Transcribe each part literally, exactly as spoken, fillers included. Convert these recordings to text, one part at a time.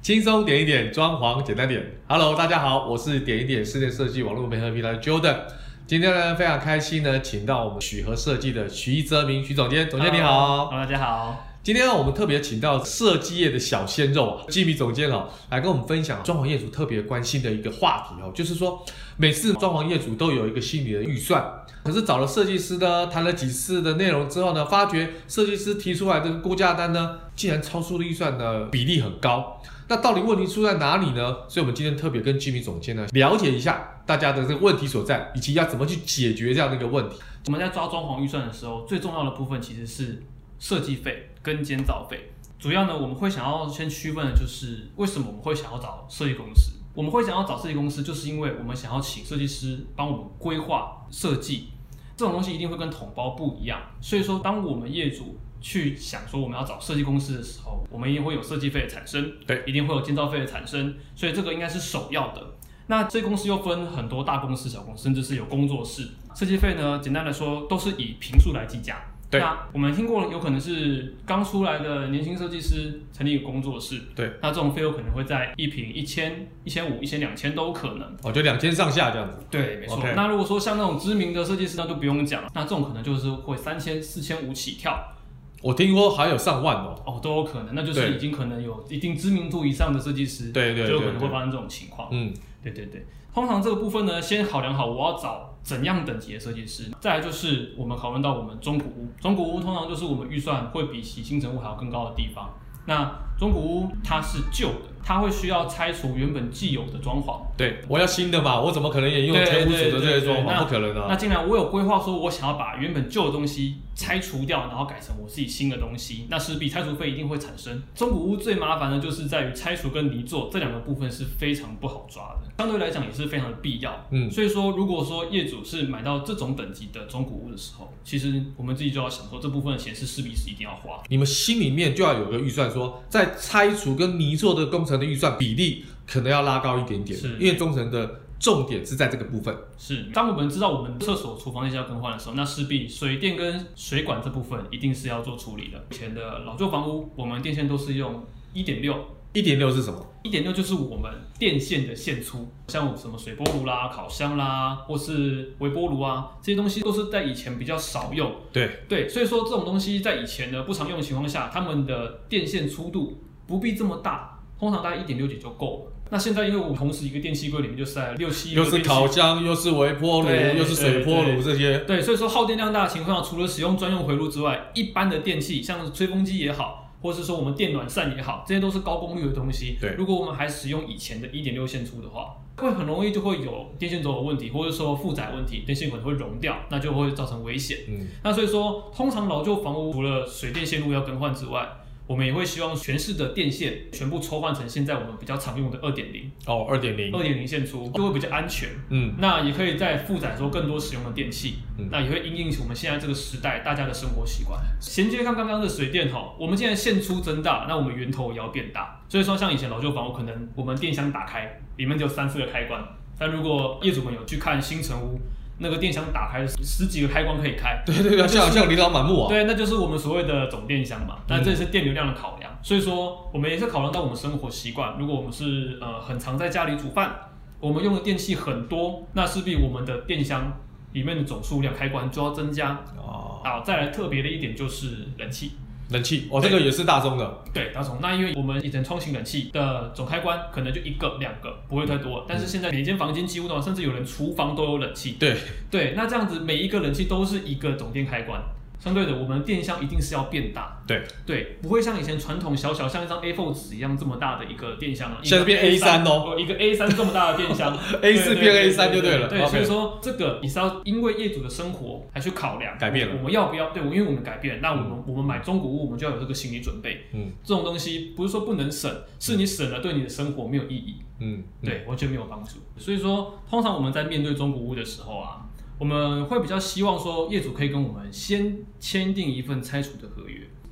轻松点一点，装潢简单点。Hello， 大家好，我是点一点室内设计网络媒合平台的 Jordan。今天呢，非常开心呢，请到我们许和设计的徐泽明徐总监，总监你好。 Hello， 大家好。 今天呢，我们特别请到设计业的小鲜肉啊，季米总监哦，来跟我们分享装潢业主特别关心的一个话题哦，就是说每次装潢业主都有一个心理的预算，可是找了设计师呢，谈了几次的内容之后呢，发觉设计师提出来的估价单呢，竟然超出了预算的比例很高。那到底问题出在哪里呢？所以我们今天特别跟季米总监呢了解一下大家的这个问题所在，以及要怎么去解决这样的一个问题。 我们在抓装潢预算的时候，最重要的部分其实是设计费跟监造费。主要呢，我们会想要先区分的就是为什么我们会想要找设计公司。我们会想要找设计公司，就是因为我们想要请设计师帮我们规划设计，这种东西一定会跟统包不一样。所以说，当我们业主去想说我们要找设计公司的时候，我们一定会有设计费的产生， 对， 一定会有建造费的产生，所以这个应该是首要的。那设计公司又分很多大公司、小公司，甚至是有工作室。设计费呢，简单来说都是以坪数来计价。 对， 那我们听过有可能是刚出来的年轻设计师成立一个工作室， 对， 那这种费用可能会在一坪一千、一千五、一千、两千都有可能。 哦，就两千上下这样子。 对，没错。 Okay. 那如果说像那种知名的设计师，那就不用讲了，那这种可能就是会三千、四千五起跳。 我听说还有上万哦， 哦，都有可能，那就是已经可能有一定知名度以上的设计师， 对对， 就有可能会发生这种情况。 嗯， 对对对。通常这个部分呢，先考量好我要找怎样等级的设计师，再来就是我们讨论到我们中古屋，中古屋通常就是我们预算会比起新成屋还要更高的地方。那中古屋它是旧的，它会需要拆除原本既有的装潢。 对，我要新的嘛，我怎么可能也用前屋主的这些装潢？不可能啊！ 那既然我有规划说，我想要把原本旧的东西拆除掉，然后改成我自己新的东西，那势必拆除费一定会产生。中古屋最麻烦的就是在于拆除跟泥作这两个部分是非常不好抓的，相对来讲也是非常的必要。嗯，所以说如果说业主是买到这种等级的中古屋的时候，其实我们自己就要想说，这部分的钱是势必是一定要花。 你们心里面就要有个预算说，在拆除跟泥作的工程的预算比例可能要拉高一点点，因为工程的重点是在这个部分。是， 当我们知道我们厕所、厨房那些要更换的时候，那势必水电跟水管这部分一定是要做处理的。以前的老旧房屋，我们电线都是用 一点六。 一点六 是什么？ 一点六 就是我们电线的线粗，像什么水波炉啦、烤箱啦，或是微波炉啊，这些东西都是在以前比较少用。 对对，所以说这种东西在以前呢不常用的情况下，他们的电线粗度不必这么大，通常大概 一点六 就够了。那现在因为我们同时一个电器柜里面就塞了六七个， 又是烤箱，又是微波炉，又是水波炉这些。 对，所以说耗电量大的情况下，除了使用专用回路之外，一般的电器像吹风机也好，或是说我们电暖扇也好，这些都是高功率的东西。 对， 如果我们还使用以前的 一点六 线粗的话，会很容易就会有电线走的问题，或者说负载问题，电线可能会熔掉，那就会造成危险。嗯，那所以说，通常老旧房屋除了水电线路要更换之外，我们也会希望全市的电线全部抽换成现在我们比较常用的 二点零哦 ,二点零 二点零 线粗，就会比较安全。嗯，那也可以再负载说更多使用的电器，嗯、那也会因应我们现在这个时代大家的生活习惯。衔接看刚刚的水电哈，我们现在线粗增大，那我们源头也要变大。所以说像以前老旧房屋，可能我们电箱打开里面只有三四个开关，但如果业主们有去看新成屋，那个电箱打开十几个开关可以开， 对对对，像像琳琅满目啊。 对，那就是我们所谓的总电箱嘛。那这也是电流量的考量，所以说我们也是考量到我们生活习惯。如果我们是呃很常在家里煮饭，我们用的电器很多，那势必我们的电箱里面的总数量开关就要增加。哦，好，再来特别的一点就是冷气。 冷气哦，这个也是大宗的。 对，大宗。那因为我们以前窗型冷气的总开关可能就一个、两个，不会太多。但是现在每间房间几乎都，甚至有人厨房都有冷气。 对对，那这样子每一个冷气都是一个总电开关。相对的，我们的电箱一定是要变大。 对对，不会像以前传统小小像一张 A 四 纸一样这么大的一个电箱了。 现在变 A 三 哦， 一个 A 三 这么大的电箱 ，A 四 变 A 三 就对了。 对，所以说这个也是要因为业主的生活还去考量， 改变了。 我们要不要？对，因为我们改变，那我们我们买中古屋，我们就要有这个心理准备。嗯，这种东西不是说不能省，是你省了对你的生活没有意义。嗯，对，完全没有帮助。所以说，通常我们在面对中古屋的时候啊。我们会比较希望说，业主可以跟我们先签订一份拆除的合约。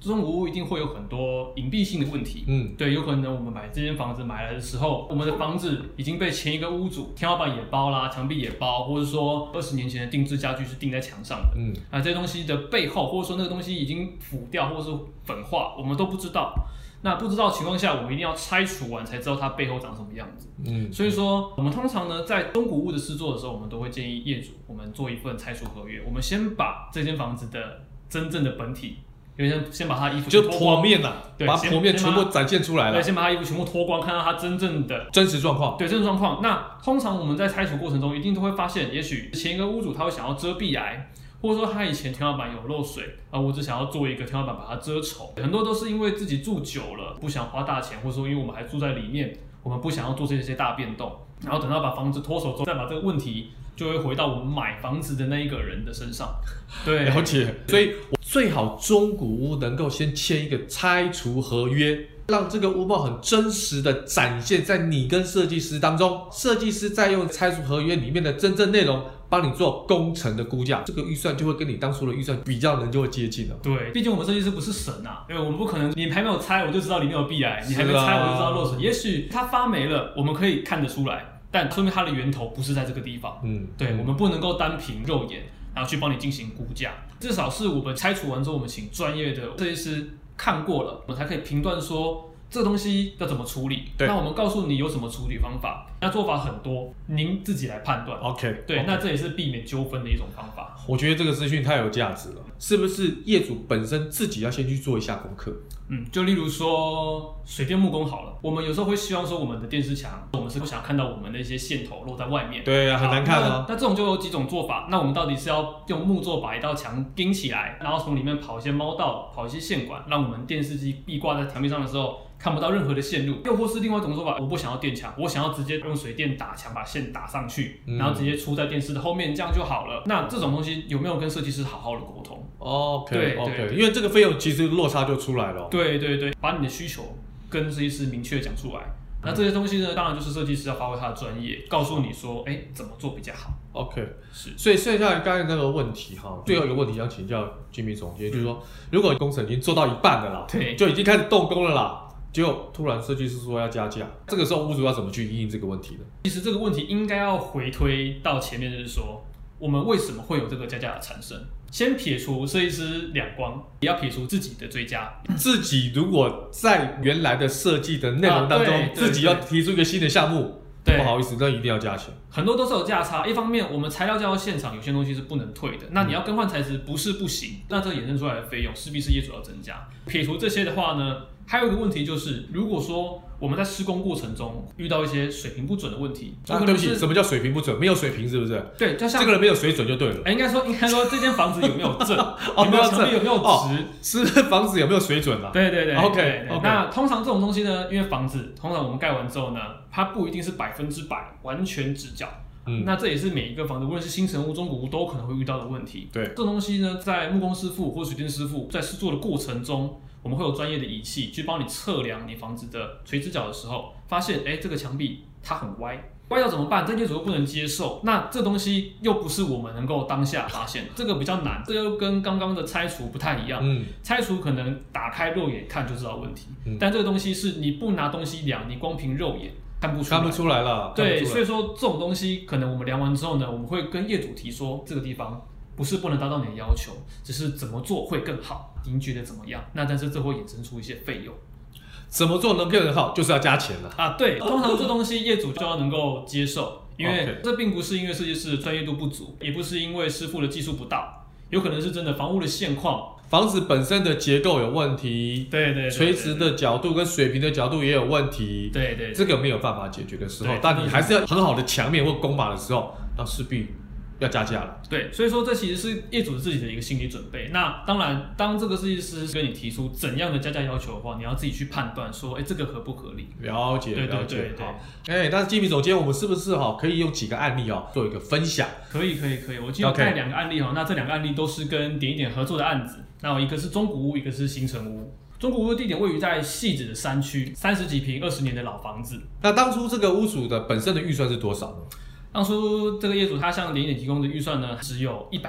中古屋一定会有很多隐蔽性的问题。 嗯， 对，有可能我们买这间房子买来的时候，我们的房子已经被前一个屋主天花板也包啦，墙壁也包，或者说二十年前的定制家具是钉在墙上的。嗯，啊，这些东西的背后，或者说那个东西已经腐掉或者是粉化，我们都不知道。那不知道的情况下，我们一定要拆除完才知道它背后长什么样子。嗯，所以说我们通常呢，在中古屋的施作的时候，我们都会建议业主，我们做一份拆除合约。我们先把这间房子的真正的本体，有点先把它衣服就剖面啦， 对， 把剖面全部展现出来了。 对，先把它衣服全部脱光，看到它真正的真实状况。 对，真实状况。那通常我们在拆除过程中，一定都会发现，也许前一个屋主他会想要遮蔽癌。或者说他以前天花板有漏水，啊，我只想要做一个天花板把它遮丑，很多都是因为自己住久了，不想花大钱，或者说因为我们还住在里面，我们不想要做这些大变动，然后等到把房子脱手之后，再把这个问题就会回到我们买房子的那一个人的身上。对， 了解。所以最好中古屋能够先签一个拆除合约，让这个屋况很真实的展现在你跟设计师当中，设计师再用拆除合约里面的真正内容帮你做工程的估价，这个预算就会跟你当初的预算比较能就会接近了。 对，毕竟我们设计师不是神啊，因为我们不可能你还没有拆我就知道里面有壁癌，你还没拆我就知道漏水。也许它发霉了，我们可以看得出来，但说明它的源头不是在这个地方。嗯，对，我们不能够单凭肉眼然后去帮你进行估价，至少是我们拆除完之后，我们请专业的设计师看过了，我们才可以评断说这个东西要怎么处理。那我们告诉你有什么处理方法，那做法很多，您自己来判断。 OK， 对， okay. 那这也是避免纠纷的一种方法。 我觉得这个资讯太有价值了，是不是业主本身自己要先去做一下功课？ 嗯，就例如说水电木工好了，我们有时候会希望说我们的电视墙，我们是不想看到我们的一些线头露在外面。 对啊，很难看哦。 那, 那这种就有几种做法，那我们到底是要用木作把一道墙钉起来，然后从里面跑一些猫道，跑一些线管，让我们电视机壁挂在墙壁上的时候看不到任何的线路，又或是另外一种做法，我不想要垫墙，我想要直接用水电打墙把线打上去，嗯、然后直接出在电视的后面，这样就好了。那这种东西有没有跟设计师好好的沟通 ？OK， 对 OK， 因为这个费用其实落差就出来了。 对对对，把你的需求跟设计师明确讲出来。那这些东西呢，当然就是设计师要发挥他的专业，告诉你说，哎，怎么做比较好。 OK， 是。所以剩下刚才那个问题哈，最后一个问题想请教Jimmy总监，就是说，如果工程已经做到一半了啦， 对， 就已经开始动工了啦。结果突然设计师说要加价，这个时候屋主要怎么去因应这个问题呢？ 其实这个问题应该要回推到前面，就是说我们为什么会有这个加价的产生？先撇除设计师两光，也要撇除自己的追加。 自己如果在原来的设计的内容当中，啊、自己要提出一个新的项目，不好意思，那一定要加钱。 很多都是有价差，一方面我们材料交到现场，有些东西是不能退的，那你要更换材质不是不行，那这衍生出来的费用势必是业主要增加。撇除这些的话呢，还有一个问题就是，如果说我们在施工过程中遇到一些水平不准的问题， 啊，对不起，什么叫水平不准？没有水平是不是？ 对，就像这个人没有水准就对了。 哎，应该说，应该说这间房子有没有正，有没有墙壁有没有直， 哦、是房子有没有水准啊？ 对对对 ，OK OK。 那通常这种东西呢，因为房子通常我们盖完之后呢，它不一定是百分之百完全直角。嗯，那这也是每一个房子，无论是新成屋、中古屋，都可能会遇到的问题。 对， 这种东西呢，在木工师傅或水电师傅在施作的过程中，我们会有专业的仪器去帮你测量你房子的垂直角的时候，发现，哎，这个墙壁它很歪，歪到怎么办？这业主又不能接受，那这东西又不是我们能够当下发现，这个比较难，这又跟刚刚的拆除不太一样。嗯，拆除可能打开肉眼看就知道问题，嗯、但这个东西是你不拿东西量，你光凭肉眼。看不出来， 看不出来了。 对，所以说这种东西可能我们量完之后呢，我们会跟业主提说，这个地方不是不能达到你的要求，只是怎么做会更好，您觉得怎么样？那但是这会衍生出一些费用。 怎么做能更好，就是要加钱了啊！对，通常这东西业主就要能够接受，因为这并不是因为设计师的专业度不足，也不是因为师傅的技术不到，有可能是真的房屋的现况。 房子本身的结构有问题， 对 对, 对, 对， 垂直的角度跟水平的角度也有问题， 对 对, 对， 这个没有办法解决的时候，但你还是要很好的墙面或工法的时候，那势必要加价了。 对，所以说这其实是业主自己的一个心理准备。那当然，当这个设计师跟你提出怎样的加价要求的话，你要自己去判断说，哎，这个合不合理？ 了解， 对对对了解。 对好，哎，但是Jimmy总监，我们是不是哈可以用几个案例哦做一个分享？ 可以，可以，可以。我今天有带两个案例哈，那这两个案例都是跟点一点合作的案子。那一个是中古屋，一个是新成屋。中古屋的地点位于在汐止的山区，三十几坪、二十年的老房子。 那当初这个屋主的本身的预算是多少呢？ 当初这个业主他向点一点提供的预算呢，只有一百万。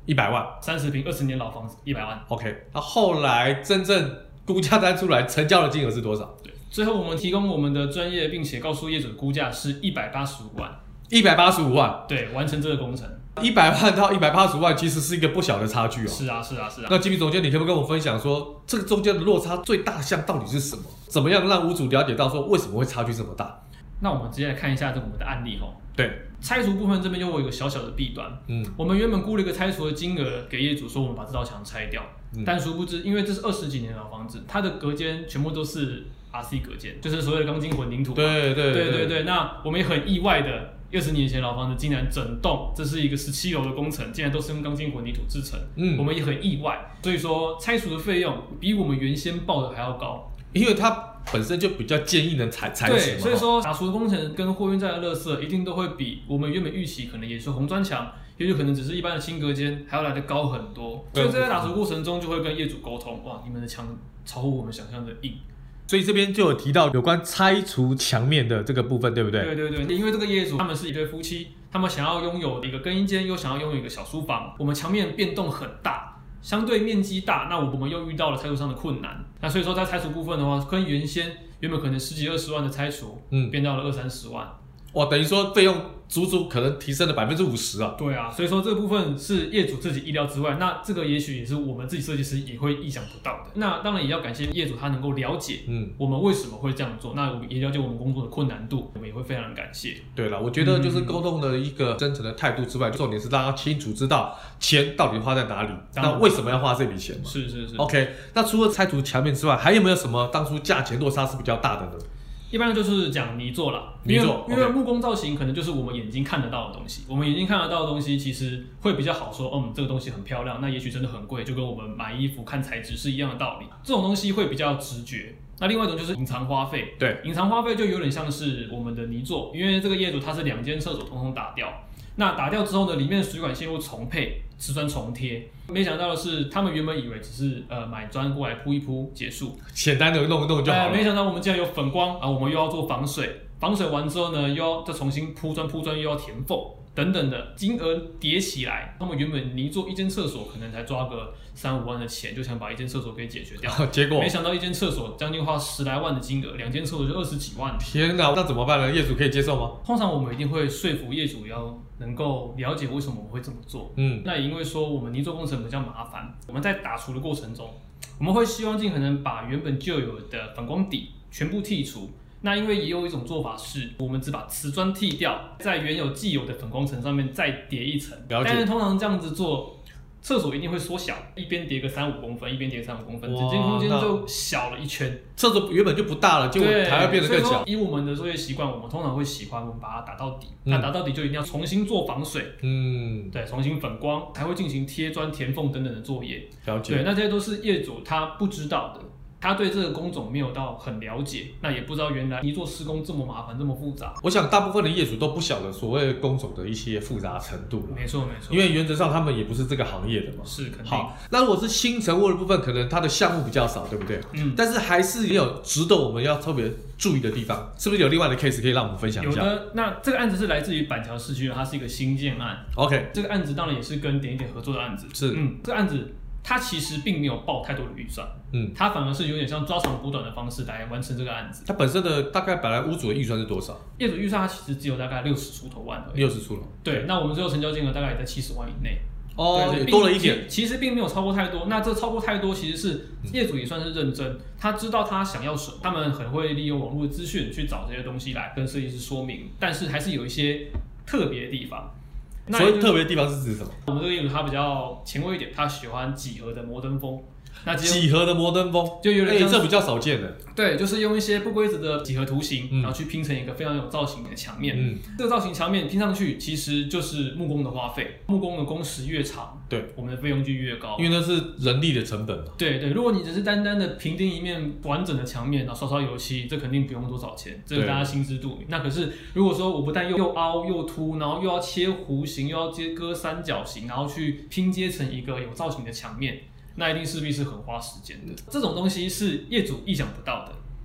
一百万， 三十平二十年老房子一百万。 OK， 那后来真正估价单出来，成交的金额是多少？ 对，最后我们提供我们的专业，并且告诉业主的估价是一百八十五万。 一百八十五万， 对，完成这个工程。 一百万到一百八十五万，其实是一个不小的差距哦。 是啊，是啊，是啊。 那吉米总监，你可不可以跟我分享说，这个中间的落差最大项到底是什么？怎么样让屋主了解到说为什么会差距这么大？ 那我们直接来看一下这我们的案例吼。 对， 拆除部分这边又有一个小小的弊端。嗯，我们原本估了一个拆除的金额给业主，说我们把这道墙拆掉，嗯、但殊不知，因为这是二十几年的老房子，它的隔间全部都是 R C 隔间，就是所谓的钢筋混凝土。 对对对对对。那我们也很意外的，二十年前老房子竟然整栋，这是一个十七楼的工程，竟然都是用钢筋混凝土制成。嗯，我们也很意外，所以说拆除的费用比我们原先报的还要高， 因为它本身就比较坚硬的材材质嘛。 对，所以说打除的工程跟货运站的垃圾一定都会比我们原本预期，可能也是红砖墙，也有可能只是一般的轻隔间，还要来的高很多。所以在打除过程中就会跟业主沟通，哇，你们的墙超乎我们想象的硬。 所以这边就有提到有关拆除墙面的这个部分，对不对？ 对对对，因为这个业主他们是一对夫妻，他们想要拥有一个更衣间，又想要拥有一个小书房。我们墙面变动很大，相对面积大，那我们又遇到了拆除上的困难。那所以说在拆除部分的话，跟原先原本可能十几二十万的拆除，嗯，变到了二三十万。 哇，等于说费用足足可能提升了百分之五十啊！ 对啊，所以说这个部分是业主自己意料之外，那这个也许也是我们自己设计师也会意想不到的。那当然也要感谢业主他能够了解，嗯，我们为什么会这样做，那我们也了解我们工作的困难度，我们也会非常感谢。 对了，我觉得就是沟通的一个真诚的态度之外，重点是让他清楚知道钱到底花在哪里，那为什么要花这笔钱嘛？ 是是是。 OK， 那除了拆除墙面之外，还有没有什么当初价钱落差是比较大的呢？ 一般就是讲泥作啦， 泥作， 因为木工造型可能就是我们眼睛看得到的东西，我们眼睛看得到的东西其实会比较好说，嗯，这个东西很漂亮，那也许真的很贵，就跟我们买衣服看材质是一样的道理。这种东西会比较直觉。那另外一种就是隐藏花费， 对， 隐藏花费就有点像是我们的泥作，因为这个业主他是两间厕所统统打掉。那打掉之后呢，里面的水管线路重配，瓷砖重贴。没想到的是，他们原本以为只是呃买砖过来铺一铺结束， 简单的弄一弄就好了。 哎，没想到我们竟然有粉光啊！我们又要做防水，防水完之后呢，又要再重新铺砖，铺砖又要填缝等等的，金额叠起来，他们原本泥做一间厕所可能才抓个三五万的钱，就想把一间厕所给解决掉， 结果没想到一间厕所将近花十来万的金额，两间厕所就二十几万。 天哪，那怎么办呢？业主可以接受吗？ 通常我们一定会说服业主要能够了解为什么我们会这么做。嗯，那也因为说我们泥作工程比较麻烦，我们在打除的过程中，我们会希望尽可能把原本就有的反光底全部剔除。那因为也有一种做法是，我们只把瓷砖剔掉，在原有既有的粉光层上面再叠一层。但是通常这样子做，厕所一定会缩小，一边叠个三五公分，一边叠三五公分，整间空间就小了一圈。 厕所原本就不大了，就还要变得更小。 以我们的作业习惯，我们通常会喜欢我们把它打到底。嗯、那打到底就一定要重新做防水，嗯，对，重新粉光，还会进行贴砖、填缝等等的作业。 了解。 对，那这些都是业主他不知道的。他对这个工种没有到很了解，那也不知道原来泥作施工这么麻烦，这么复杂。 我想大部分的业主都不晓得所谓工种的一些复杂程度了。 没错没错， 因为原则上他们也不是这个行业的嘛。 是肯定。 好，那如果是新成屋的部分，可能它的项目比较少，对不对？嗯。但是还是也有值得我们要特别注意的地方，是不是有另外的 case 可以让我们分享一下？ 有的。那这个案子是来自于板桥市区，它是一个新建案。 OK。 这个案子当然也是跟点一点合作的案子。 是。 嗯，这个案子。他其实并没有报太多的预算，嗯，他反而是有点像抓长补短的方式来完成这个案子。 他本身的大概本来屋主的预算是多少？ 业主预算他其实只有大概六十出头万而已。 六十出头。 对，那我们最后成交金额大概也在七十万以内。 哦，也多了一点。 其实并没有超过太多。那这超过太多，其实是业主也算是认真，他知道他想要什么，他们很会利用网络的资讯去找这些东西来跟设计师说明，但是还是有一些特别的地方。 所以特别的地方是指什么？ 我们这个业主他比较前卫一点，他喜欢几何的摩登风。那几何的摩登风就有点像、 欸，这比较少见的。 对，就是用一些不规则的几何图形，嗯、然后去拼成一个非常有造型的墙面。嗯，这个造型墙面拼上去，其实就是木工的花费。木工的工时越长， 对， 我们的费用就越高， 因为那是人力的成本嘛。 对对，如果你只是单单的平钉一面完整的墙面，然后刷刷油漆，这肯定不用多少钱，这个大家心知肚明。那可是如果说我不但又又凹又凸，然后又要切弧形，又要接割三角形，然后去拼接成一个有造型的墙面。那一定势必是很花时间的，这种东西是业主意想不到的。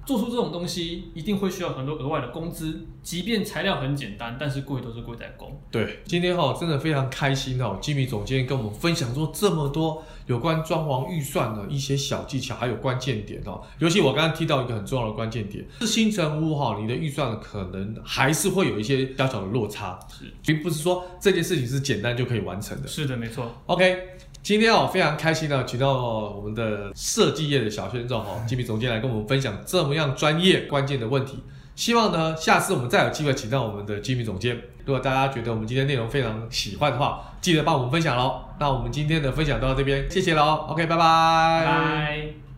做出这种东西一定会需要很多额外的工资，即便材料很简单，但是贵都是贵在工。 对，今天哈、哦、真的非常开心哦，吉米总监跟我们分享说这么多有关装潢预算的一些小技巧，还有关键点哦。尤其我刚刚提到一个很重要的关键点，是新成屋哈、哦，你的预算可能还是会有一些小小的落差， 是， 并不是说这件事情是简单就可以完成的。 是的，没错。 OK。今天哦，非常开心的请到我们的设计业的小鲜肉哈，吉米总监来跟我们分享这么样专业关键的问题。希望呢，下次我们再有机会请到我们的吉米总监。如果大家觉得我们今天内容非常喜欢的话，记得帮我们分享喽。那我们今天的分享到这边，谢谢喽。OK， 拜拜。 拜拜。